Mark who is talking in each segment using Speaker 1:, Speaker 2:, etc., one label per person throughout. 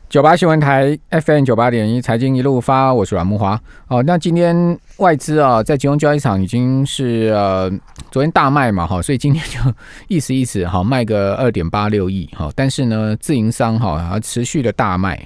Speaker 1: 98新闻台 FM 98.1财经一路发，我是阮慕骅。那今天外资啊，在金融交易场已经是昨天大卖嘛，所以今天就意思卖个2.86亿，但是呢，自营商持续的大卖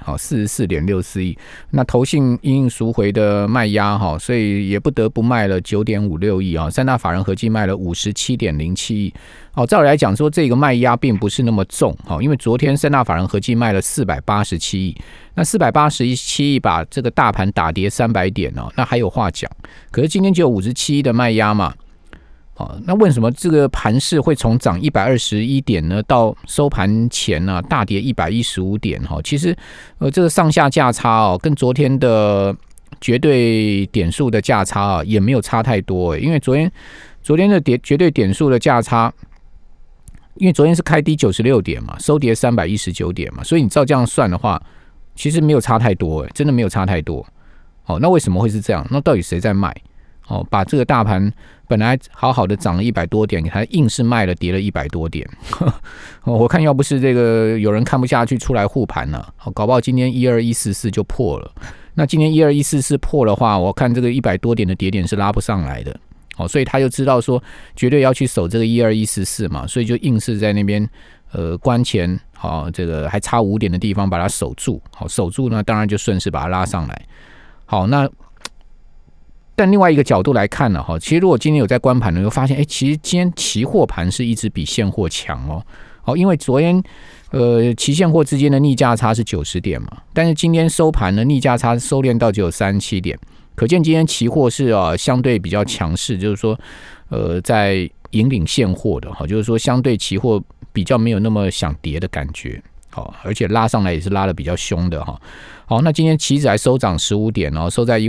Speaker 1: ，44.64亿。那投信因应赎回的卖压所以也不得不卖了9.56亿啊，三大法人合计卖了57.07亿。照理来讲说，这个卖压并不是那么重，因为昨天三大法人合计卖了487亿，那487亿把这个大盘打跌300点那还有话讲。可是今天只有57亿的卖压嘛，那为什么这个盘势会从涨121点呢，到收盘前呢大跌115点？其实这个上下价差跟昨天的绝对点数的价差也没有差太多，因为昨天的绝对点数的价差。因为昨天是开低96点嘛，收跌319点嘛，所以你照这样算的话，其实没有差太多，真的没有差太多。那为什么会是这样？那到底谁在卖？把这个大盘本来好好的涨了100多点，它硬是卖了跌了100多点。我看要不是这个有人看不下去出来护盘了，搞不好今天12144就破了。那今天12144破的话，我看这个100多点的跌点是拉不上来的。所以他就知道说绝对要去守这个12144嘛，所以就硬是在那边关前这个还差5点的地方把它守住，守住呢当然就顺势把它拉上来。好，那但另外一个角度来看呢，其实如果今天有在观盘的，就发现其实今天期货盘是一直比现货强因为昨天期现货之间的逆价差是90点嘛，但是今天收盘呢逆价差收敛到只有37点。可见今天期货是相对比较强势，就是说在引领现货的，就是说相对期货比较没有那么想跌的感觉，而且拉上来也是拉的比较凶的。好，那今天期指还收涨15点，收在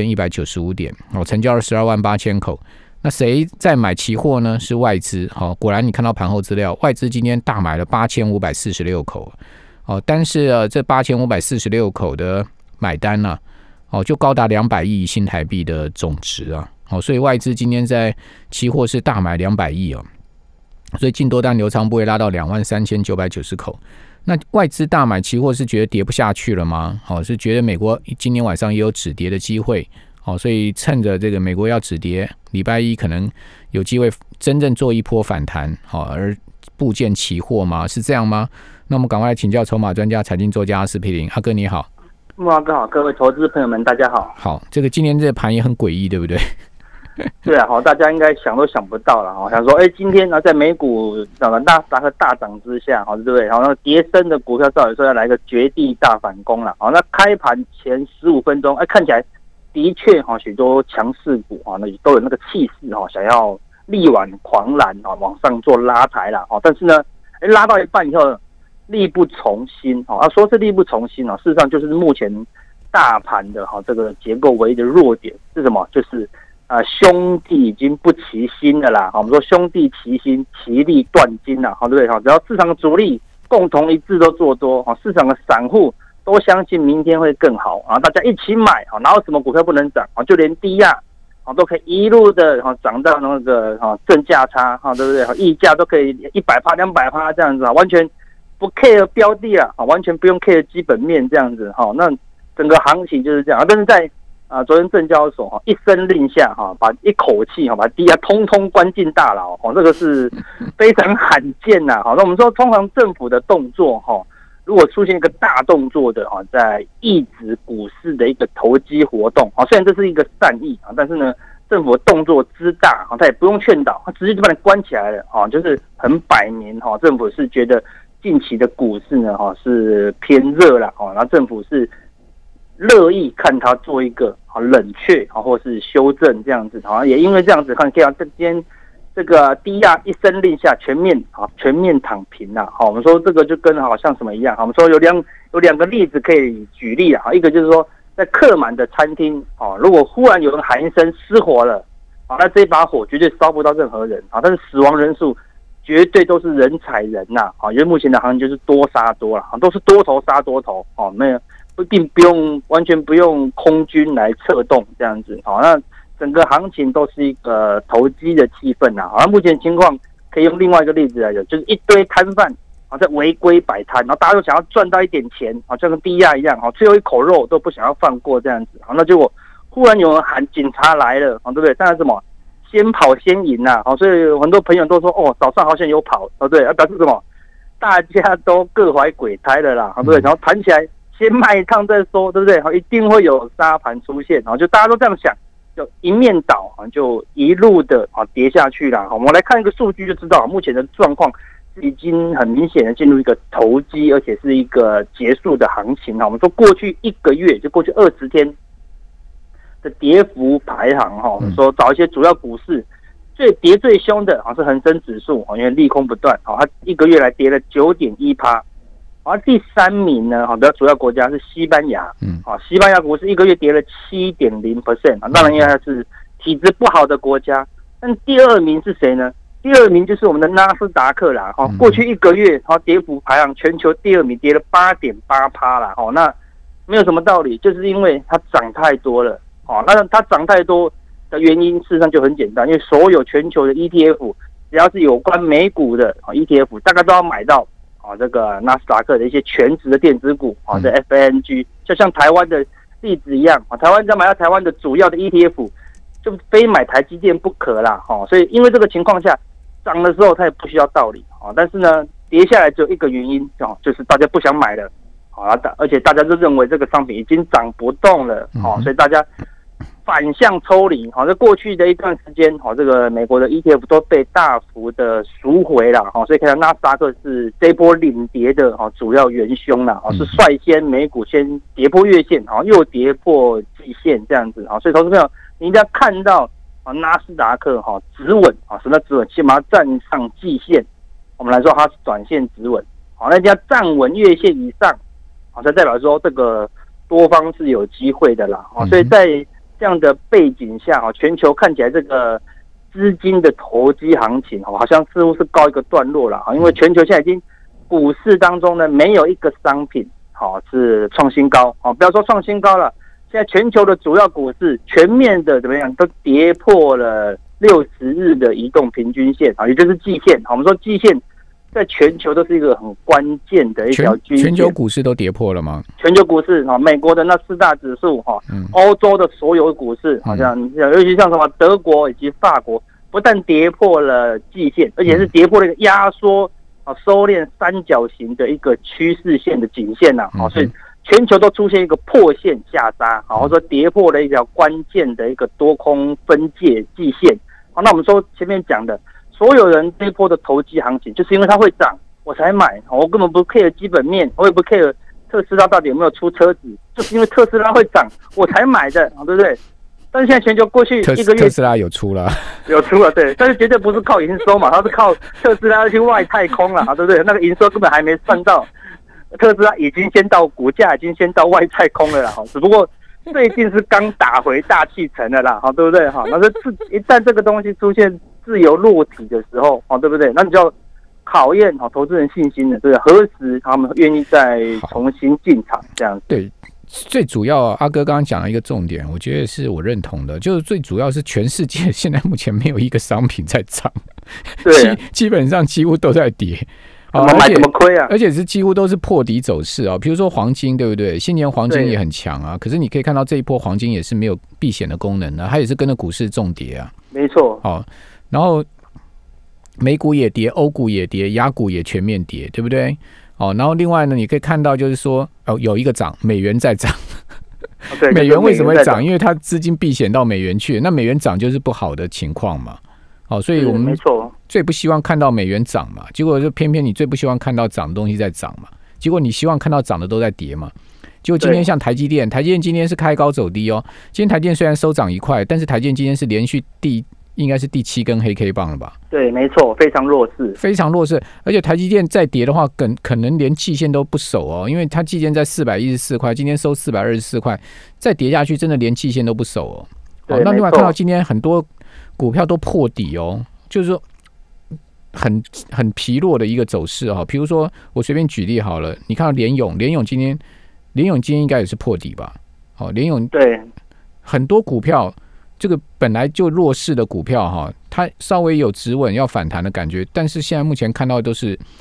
Speaker 1: 12195点，成交了12万8千口。那谁在买期货呢？是外资。果然你看到盘后资料，外资今天大买了8546口，但是这8546口的买单呢就高达200亿新台币的总值啊！所以外资今天在期货是大买200亿所以净多单流仓部位拉到23990口。那外资大买期货是觉得跌不下去了吗？是觉得美国今年晚上也有止跌的机会，所以趁着这个美国要止跌，礼拜一可能有机会真正做一波反弹，而布建期货吗？是这样吗？那我们赶快来请教筹码专家、财经作家阿司匹林。阿哥你好。
Speaker 2: 慕骅哥好，各位投资朋友们大家好。
Speaker 1: 好，这个今天这个盘也很诡异，对不对？
Speaker 2: 对啊，大家应该想都想不到了，想说今天在美股大涨之下，对不对？然后跌升的股票照理说要来个绝地大反攻了。那开盘前15分钟，看起来的确许多强势股那都有那个气势想要力挽狂澜往上做拉抬了。但是呢，拉到一半以后力不从心，说是力不从心，事实上就是目前大盘的这个结构唯一的弱点是什么？就是兄弟已经不齐心了啦。我们说兄弟齐心，其利断金啦，对不对？只要市场的主力共同一致都做多，市场的散户都相信明天会更好，大家一起买，哪有什么股票不能涨？就连低价都可以一路的涨到那个正价差，对不对？溢价都可以100%、200%这样子，完全不 care 标的完全不用 care 基本面这样子那整个行情就是这样。但是在昨天证交所一声令下把一口气把低价通通关进大牢这个是非常罕见那我们说通常政府的动作如果出现一个大动作的在抑制股市的一个投机活动虽然这是一个善意但是呢政府的动作之大他也不用劝导，他直接就把你关起来了就是很摆明政府是觉得近期的股市呢是偏热了然后政府是乐意看它做一个冷却或是修正这样子也因为这样子看今天这个低压一声令下全面躺平啦我们说这个就跟好像什么一样我们说有两个例子可以举例一个就是说在客满的餐厅如果忽然有人喊一声失火了那这把火绝对烧不到任何人但是死亡人数绝对都是人踩人因为目前的行情就是多杀多啦都是多头杀多头没有并不用完全不用空军来策动这样子那整个行情都是一个投机的气氛那目前情况可以用另外一个例子来讲，就是一堆摊贩在违规摆摊，然后大家都想要赚到一点钱，就跟低压一样，最后一口肉都不想要放过这样子，那结果忽然有人喊警察来了，对不对？当然什么先跑先赢呐，所以很多朋友都说早上好像有跑，对，表示什么？大家都各怀鬼胎了啦，对不对？然后弹起来先卖一趟再说，对不对？一定会有沙盘出现，就大家都这样想，就一面倒，就一路的跌下去了。我们来看一个数据就知道，目前的状况已经很明显的进入一个投机，而且是一个结束的行情。我们说过去1个月，就过去20天的跌幅排行，我们说找一些主要股市。跌最凶的是恒生指数，因为利空不断，它1个月来跌了9.1%。第3名呢，比较主要国家是西班牙，西班牙股市1个月跌了7.0%，当然因为它是体质不好的国家。但第2名是谁呢？第2名就是我们的纳斯达克啦，过去1个月跌幅排行全球第2名，跌了8.8%啦，那没有什么道理，就是因为它涨太多了，那它涨太多的原因事实上就很简单，因为所有全球的 ETF 只要是有关美股的 ETF， 大概都要买到这个纳斯达克的一些全值的电子股这 FANG， 就像台湾的例子一样，台湾要买到台湾的主要的 ETF， 就非买台积电不可啦，所以因为这个情况下，涨的时候它也不需要道理，但是呢跌下来只有一个原因，就是大家不想买了，而且大家都认为这个商品已经涨不动了，所以大家反向抽离，在过去的一段时间，这个美国的 ETF 都被大幅的赎回了，所以看到纳斯达克是这波领跌的主要元凶啦，是率先美股先跌破月线，又跌破季线这样子，所以投资朋友你一定要看到纳斯达克止稳，什么叫止稳？起码站上季线，我们来说它是短线止稳，那一定要站稳月线以上，才代表说这个多方是有机会的啦，所以在这样的背景下，全球看起来这个资金的投机行情好像似乎是告一个段落了，因为全球现在已经股市当中呢没有一个商品是创新高，不要说创新高了，现在全球的主要股市全面的怎么样都跌破了60日的移动平均线，也就是季线。我们说季线在全球都是一个很关键的一条均线。
Speaker 1: 全球股市都跌破了吗？
Speaker 2: 全球股市美国的那4大指数欧洲的所有股市好像尤其像什么德国以及法国，不但跌破了季线，而且是跌破了一个压缩收敛三角形的一个趋势线的颈线所以全球都出现一个破线下杀，或者说跌破了一条关键的一个多空分界季线。那我们说前面讲的所有人这一波的投机行情，就是因为它会涨我才买，我根本不 care 基本面，我也不 care 特斯拉到底有没有出车子，就是因为特斯拉会涨我才买的，对不对？但是现在全球过去1个月
Speaker 1: 特斯拉有出了，
Speaker 2: 对，但是绝对不是靠营收嘛，它是靠特斯拉去外太空了，对不对？那个营收根本还没算到，特斯拉已经先到股价已经先到外太空了啦，只不过最近是刚打回大气层了啦，对不对？那是一旦这个东西出现自由落体的时候，对不对？那你就要考验投资人信心了，对不对？何时他们愿意再重新进场这样子？
Speaker 1: 对，最主要阿哥刚刚讲了一个重点，我觉得是我认同的，就是最主要是全世界现在目前没有一个商品在涨，
Speaker 2: 对，
Speaker 1: 基本上几乎都在跌。
Speaker 2: 买什么亏啊？
Speaker 1: 而且是几乎都是破底走势比如说黄金，对不对？现年黄金也很强啊，可是你可以看到这一波黄金也是没有避险的功能它也是跟着股市重跌啊。
Speaker 2: 没错。
Speaker 1: 然后美股也跌，欧股也跌，亚股也全面跌，对不对？然后另外呢，你可以看到就是说有一个涨，美元在涨。美元为什么会涨？因为它资金避险到美元去，那美元涨就是不好的情况嘛。所以我们最不希望看到美元涨嘛，结果就偏偏你最不希望看到涨的东西在涨嘛，结果你希望看到涨的都在跌嘛。结果今天像台积电今天是开高走低今天台积电虽然收涨1块，但是台积电今天是连续应该是第7根黑 K 棒了吧？
Speaker 2: 对，没错，非常弱势，
Speaker 1: 非常弱势。而且台积电再跌的话，可能连季线都不守因为它季线在414块，今天收424块，再跌下去真的连季线都不守那另外看到今天很多股票都破底就是说很疲弱的一个走势比如说我随便举例好了，你看到联咏今天应该也是破底吧？联咏
Speaker 2: 对
Speaker 1: 很多股票。这个本来就弱势的股票它稍微有止稳要反弹的感觉，但是现在目前看到的都是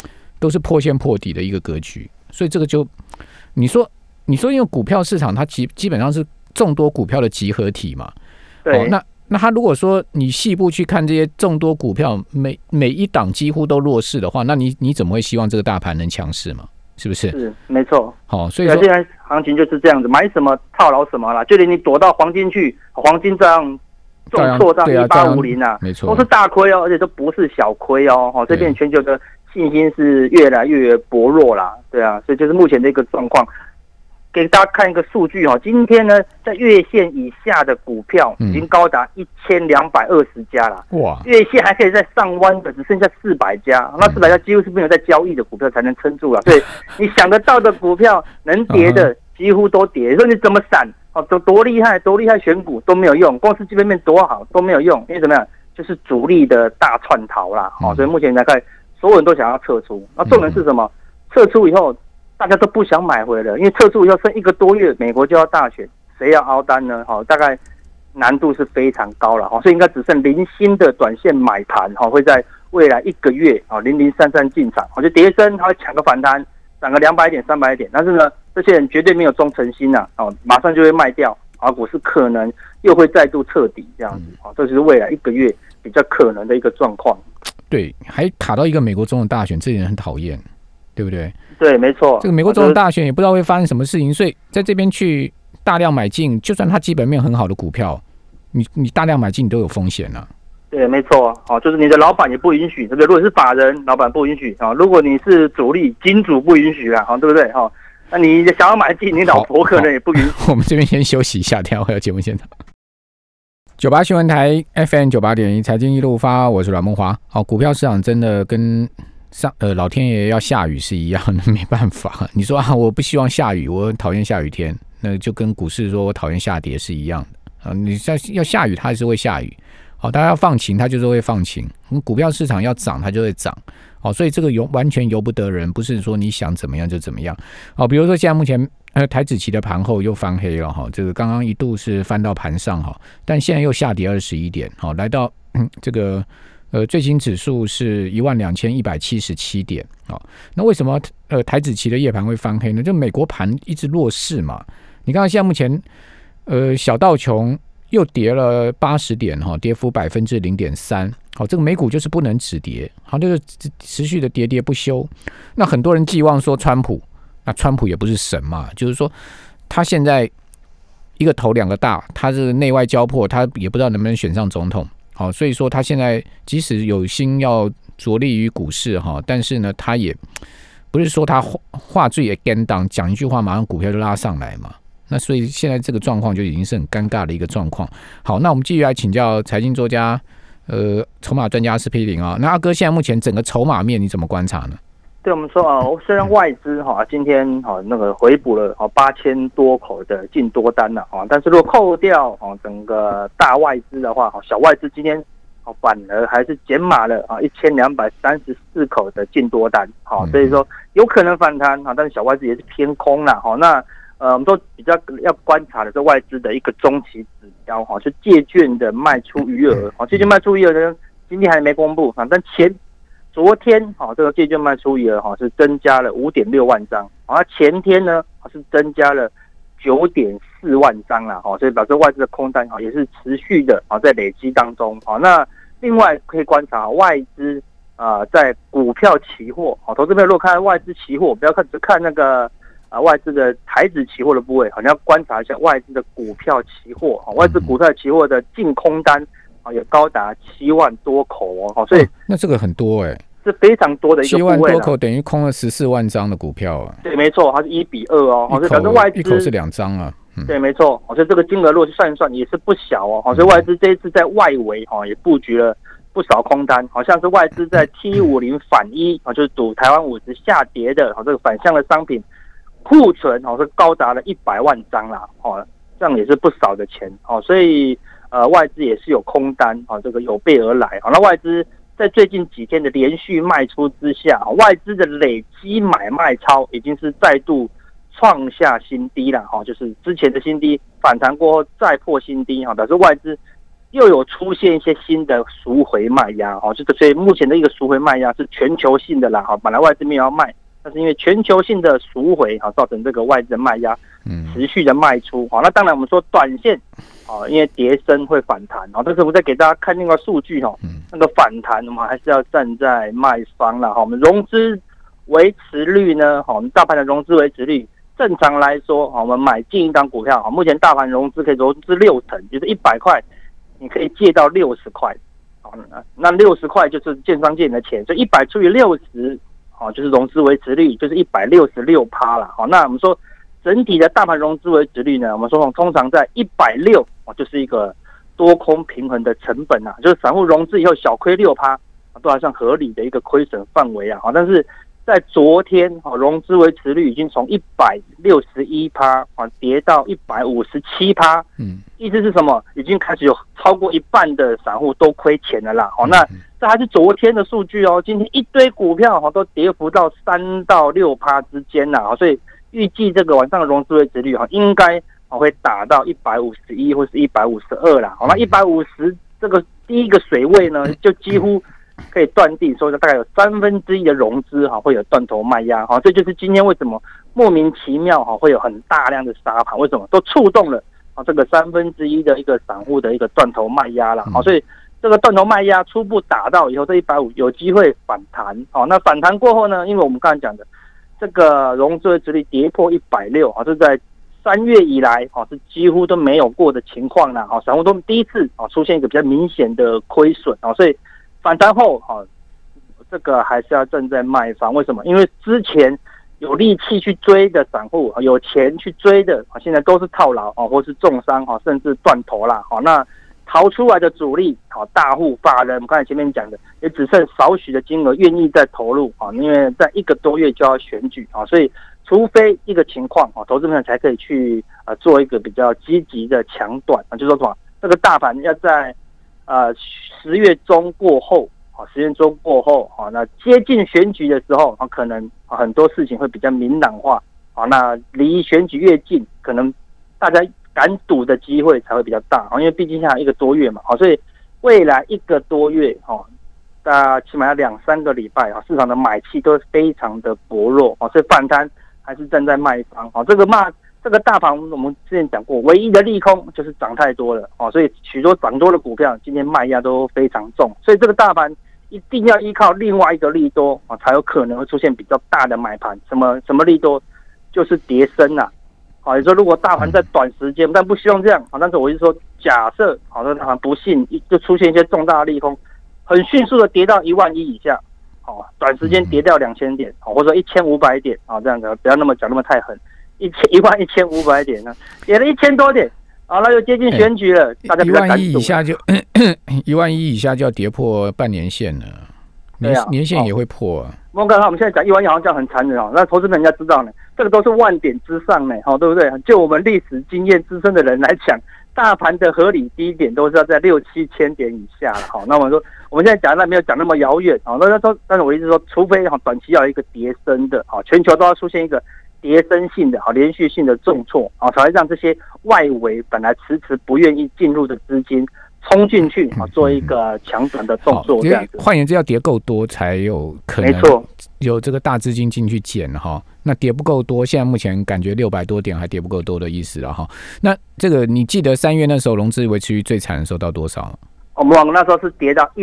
Speaker 1: 都是破线破底的一个格局，所以这个就你说因为股票市场它基本上是众多股票的集合体嘛，
Speaker 2: 对，
Speaker 1: 那他如果说你细部去看这些众多股票，每一档几乎都弱势的话，那你怎么会希望这个大盘能强势嘛？是不是？
Speaker 2: 是没错。
Speaker 1: 好，所以说
Speaker 2: 现在行情就是这样子，买什么套牢什么啦，就连你躲到黄金去，黄金这样重挫到1850啊，
Speaker 1: 没错，
Speaker 2: 都是大亏哦，而且都不是小亏哦。这边全球的信心是越来越薄弱啦，对啊，所以就是目前的一个状况。给大家看一个数据哈，今天呢，在月线以下的股票已经高达1220家了，哇！月线还可以再上弯的，只剩下400家，那400家几乎是没有在交易的股票才能撑住了。所以你想得到的股票能跌的几乎都跌，所以你怎么闪哦，多厉害选股都没有用，公司基本面多好都没有用，因为怎么样，就是主力的大窜逃啦，所以目前来看，所有人都想要撤出，那重点是什么？撤出以后。大家都不想买回了，因为撤出以后剩1个多月，美国就要大选，谁要凹单呢？大概难度是非常高了，所以应该只剩零星的短线买盘，会在未来1个月0033进场，就跌升，它会抢个反弹，涨个200点、300点，但是呢，这些人绝对没有忠诚心呐，马上就会卖掉，股市可能又会再度彻底这样子，这就是未来1个月比较可能的一个状况。
Speaker 1: 对，还卡到一个美国总统大选，这点很讨厌。对不对？
Speaker 2: 对，没错。
Speaker 1: 这个美国总统大选也不知道会发生什么事情，所以在这边去大量买进，就算它基本面很好的股票，你大量买进都有风险啊。
Speaker 2: 对，没错。就是你的老板也不允许，对不对？如果是法人，老板不允许啊；如果你是主力，金主不允许啊，对不对？那你想要买进，你老婆可能也不允许。
Speaker 1: 我们这边先休息一下，等一下回到节目现场。98新闻台 FM 98.1财经一路发，我是阮梦华。好，股票市场真的跟老天爷要下雨是一样的，没办法。你说我不希望下雨，我很讨厌下雨天，那就跟股市说我讨厌下跌是一样的。你要下雨，它还是会下雨。好，大家要放晴，它就是会放晴。股票市场要涨，它就会涨。好，所以这个完全由不得人，不是说你想怎么样就怎么样。好，比如说现在目前台指期的盘后又翻黑了哈，这个刚刚一度是翻到盘上哈，但现在又下跌21点，好，来到这个。最新指数是12177点，那为什么台指期的夜盘会翻黑呢？就美国盘一直弱势嘛。你看现在目前小道琼又跌了80点，跌幅0.3%。好，这个美股就是不能止跌，好，就是持续的跌跌不休。那很多人寄望说川普，那川普也不是神嘛，就是说他现在一个头2个大，他是内外交迫，他也不知道能不能选上总统。好，所以说他现在即使有心要着力于股市哈，但是呢，他也不是说他话最也跟当讲一句话，马上股票就拉上来嘛。那所以现在这个状况就已经是很尴尬的一个状况。好，那我们继续来请教财经作家，筹码专家施丕霖啊。那阿哥现在目前整个筹码面你怎么观察呢？
Speaker 2: 对我们说虽然外资今天那个回补了8000多口的净多单了但是如果扣掉整个大外资的话小外资今天反而还是减码了1234口的净多单所以说有可能反弹但是小外资也是偏空啦那我们说比较要观察的是外资的一个中期指标是借券的卖出余额借券卖出余额呢今天还没公布但昨天这个借券卖出余额是增加了5.6万张，前天呢是增加了9.4万张啦，所以表示外资的空单也是持续的在累积当中。那另外可以观察外资在股票期货，投资朋友如果看外资期货，不要只看那个外资的台指期货的部位，你要观察一下外资的股票期货，外资股票期货的净空单也高达7万多口所以
Speaker 1: 那这个很多
Speaker 2: 是非常多的一个部位，7
Speaker 1: 万多口等于空了14万张的股票啊。
Speaker 2: 对，没错，它是1比2所以表示外资
Speaker 1: 一口是2张啊。
Speaker 2: 对，没错，所以这个金额如果去算一算也是不小所以外资这一次在外围也布局了不少空单，好像是外资在 T50 反一就是赌台湾50下跌的这个反向的商品库存是高达了100万张啦这样也是不少的钱所以外资也是有空单这个有备而来那外资在最近几天的连续卖出之下，外资的累积买卖超已经是再度创下新低了就是之前的新低反弹过后再破新低表示外资又有出现一些新的赎回卖压哦，所以目前的一个赎回卖压是全球性的啦哈，本来外资没有要卖，但是因为全球性的赎回哈，造成这个外资的卖压持续的卖出哈。那当然我们说短线啊，因为跌升会反弹啊，但是我再给大家看另外数据哈，那个反弹我们还是要站在卖方啦哈。我们融资维持率呢，我们大盘的融资维持率。正常来说，我们买进一档股票，目前大盘融资可以融资60%，就是100块，你可以借到60块，那60块就是建商借你的钱，所以100除以60，就是融资维持率，就是166%啦。那我们说整体的大盘融资维持率呢，我们说通常在160，就是一个多空平衡的成本啊，就是散户融资以后小亏6%，都还算合理的一个亏损范围啊，但是。在昨天，融资维持率已经从161%跌到157%，意思是什么？已经开始有超过一半的散户都亏钱了啦。那这还是昨天的数据哦，今天一堆股票都跌幅到3到6%之间啦，所以预计这个晚上的融资维持率应该会打到151或是152啦。那150这个第一个水位呢，就几乎。可以断定说，大概有1/3的融资会有断头卖压，这就是今天为什么莫名其妙会有很大量的杀盘，为什么都触动了这个1/3的一个散户的一个断头卖压了，所以这个断头卖压初步打到以后，这150有机会反弹，那反弹过后呢，因为我们刚才讲的这个融资维持率跌破160，这在3月以来是几乎都没有过的情况啦，散户都第一次出现一个比较明显的亏损，所以。反弹后，这个还是要站在卖方。为什么？因为之前有力气去追的散户，有钱去追的，现在都是套牢或是重伤甚至断头啦。那逃出来的主力，大户法人，我们刚才前面讲的，也只剩少许的金额愿意再投入因为在1个多月就要选举所以除非一个情况投资朋友才可以去做一个比较积极的抢短就是说什么，这个大盘要在。10月中过后，10月中过后，那接近选举的时候，可能很多事情会比较明朗化，那离选举越近，可能大家敢赌的机会才会比较大，因为毕竟现在1个多月嘛，所以未来1个多月，大概起码要2-3个礼拜，市场的买气都非常的薄弱，所以反弹还是站在卖方，这个大盘我们之前讲过，唯一的利空就是涨太多了所以许多涨多的股票今天卖压都非常重，所以这个大盘一定要依靠另外一个利多才有可能会出现比较大的买盘。什么利多？就是跌升啊。也说如果大盘在短时间，但不希望这样但是我是说，假设这大盘不幸就出现一些重大的利空，很迅速的跌到11000以下，短时间跌掉2000点或者说1500点这样子，不要讲那么太狠。11500点呢，跌了1000多点，那又接近选举了，大家比较敢赌。11000以下就
Speaker 1: 11000以下就要跌破半年线了，年线也会破
Speaker 2: 我们现在讲11000好像这样很残忍那投资人家知道呢，这个都是万点之上呢，对不对？就我们历史经验资深的人来讲，大盘的合理低点都是要在6-7千点以下了那我们说，我们现在讲那没有讲那么遥远但是我一直说，除非短期要有一个跌升的全球都要出现一个。跌升性的连续性的重挫才会让这些外围本来迟迟不愿意进入的资金冲进去做一个抢转的动作，这样子。
Speaker 1: 换言之，要跌够多才有可能，
Speaker 2: 没错，
Speaker 1: 有这个大资金进去捡那跌不够多，现在目前感觉600多点还跌不够多的意思了那这个你记得3月那时候融资维持率最惨的时候到多少？
Speaker 2: 我们那时候是跌到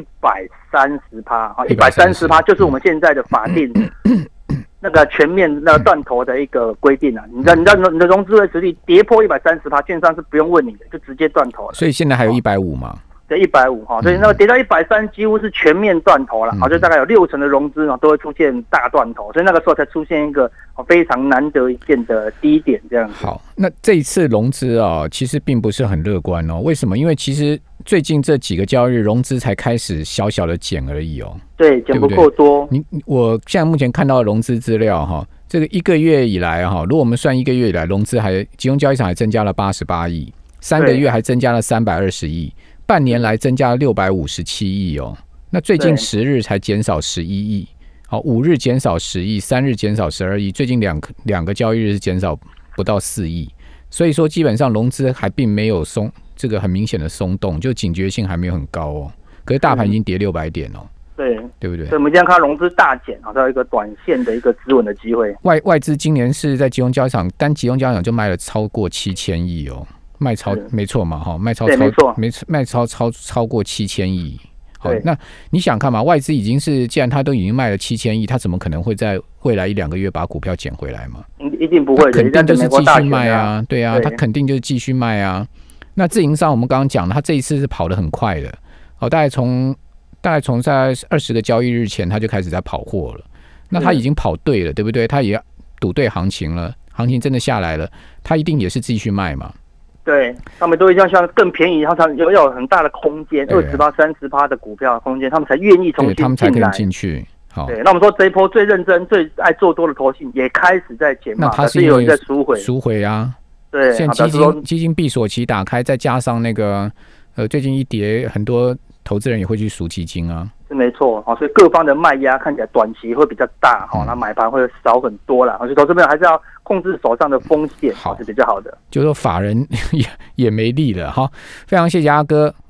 Speaker 2: 130%，130%就是我们现在的法定。那个全面那个断头的一个规定你的融资维持率跌破130%，券商是不用问你的，就直接断头了。
Speaker 1: 所以现在还有150嘛？
Speaker 2: 对，150所以那个跌到130几乎是全面断头了就大概有60%的融资都会出现大断头，所以那个时候才出现一个非常难得一见的低点这样子。
Speaker 1: 好，那这一次融资其实并不是很乐观为什么？因为其实最近这几个交易日融资才开始小小的减而已
Speaker 2: 对，减不够多。
Speaker 1: 我现在目前看到的融资资料这个1个月以来如果我们算1个月以来，融资集中交易场还增加了88亿，3个月还增加了320亿，半年来增加了657亿那最近10日才减少11亿，5日减少10亿，3日减少12亿，最近两个交易日是减少不到4亿。 所以说基本上融资还并没有这个很明显的松动，就警觉性还没有很高哦。可是大盘已经跌600点哦。对不对？
Speaker 2: 所以我们今天看到融资大减，好像有一个短线的一个止稳的机会。
Speaker 1: 外资今年是在集中交易场，单集中交易场就卖了超过7000亿哦，卖超没错嘛哈，卖超过7000亿。好，那你想看嘛？外资已经是，既然他都已经卖了7000亿，他怎么可能会在未来1-2个月把股票捡回来嘛？
Speaker 2: 一定不会的，
Speaker 1: 肯定就是继续卖啊，对啊，他肯定就是继续卖啊。那自营商我们刚刚讲了，他这一次是跑得很快的，大概从在20个交易日前他就开始在跑货了，那他已经跑对了，对不对？他也赌对行情了，行情真的下来了，他一定也是继续卖嘛。
Speaker 2: 对，他们都一样，像更便宜，他们要有很大的空间，20%、30%的股票的空间，他们才愿意重新进来，
Speaker 1: 他们才可以进去。好，
Speaker 2: 对，那我们说这一波最认真、最爱做多的投信也开始在减码，
Speaker 1: 那他是
Speaker 2: 有人在赎回
Speaker 1: 啊。
Speaker 2: 对，
Speaker 1: 现在基金闭锁期打开，再加上那个最近一跌，很多投资人也会去赎基金啊。
Speaker 2: 是没错，所以各方的卖压看起来短期会比较大，那买盘会少很多啦。所以投资朋友还是要控制手上的风险，是比较好的。
Speaker 1: 就是说法人也没力了哈。非常谢谢阿哥。